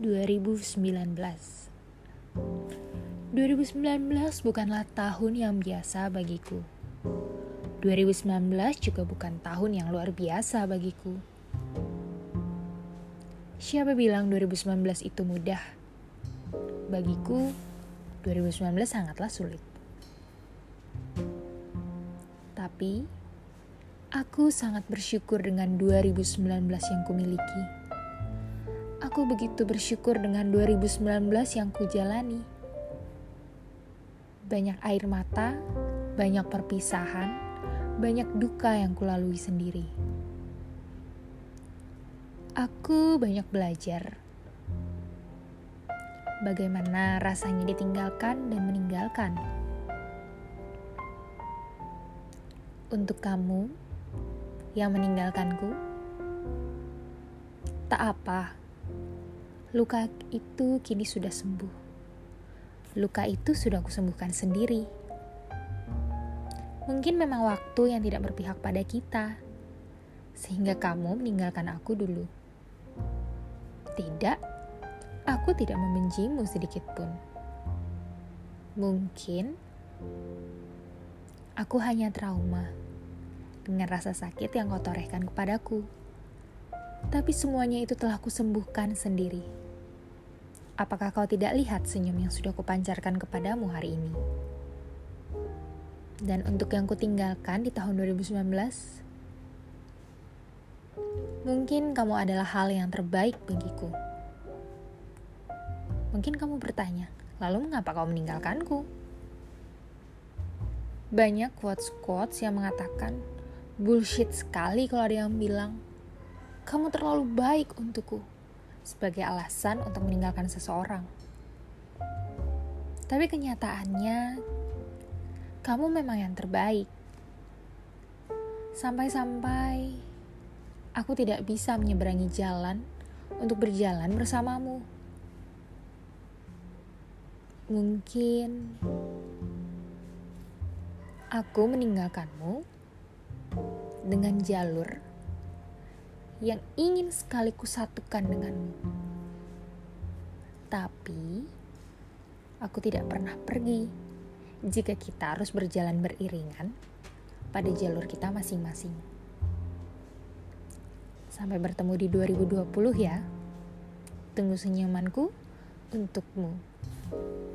2019. 2019 bukanlah tahun yang biasa bagiku. 2019 juga bukan tahun yang luar biasa bagiku. Siapa bilang 2019 itu mudah? Bagiku, 2019 sangatlah sulit. Tapi, aku sangat bersyukur dengan 2019 yang kumiliki. Aku begitu bersyukur dengan 2019 yang kujalani. Banyak air mata, banyak perpisahan, banyak duka yang kulalui sendiri. Aku banyak belajar bagaimana rasanya ditinggalkan dan meninggalkan. Untuk kamu yang meninggalkanku, tak apa. Luka itu kini sudah sembuh. Luka itu sudah kusembuhkan sendiri. Mungkin memang waktu yang tidak berpihak pada kita, sehingga kamu meninggalkan aku dulu. Tidak, aku tidak membencimu sedikit pun. Mungkin aku hanya trauma dengan rasa sakit yang kau torehkan kepadaku. Tapi semuanya itu telah kusembuhkan sendiri. Apakah kau tidak lihat senyum yang sudah kupancarkan kepadamu hari ini? Dan untuk yang kutinggalkan di tahun 2019, mungkin kamu adalah hal yang terbaik bagiku. Mungkin kamu bertanya, lalu mengapa kau meninggalkanku? Banyak quotes-quotes yang mengatakan, bullshit sekali kalau ada yang bilang, kamu terlalu baik untukku, sebagai alasan untuk meninggalkan seseorang. Tapi kenyataannya, kamu memang yang terbaik. Sampai-sampai aku tidak bisa menyeberangi jalan untuk berjalan bersamamu. Mungkin aku meninggalkanmu dengan jalur yang ingin sekali kusatukan denganmu. Tapi, aku tidak pernah pergi jika kita harus berjalan beriringan pada jalur kita masing-masing. Sampai bertemu di 2020 ya. Tunggu senyumanku untukmu.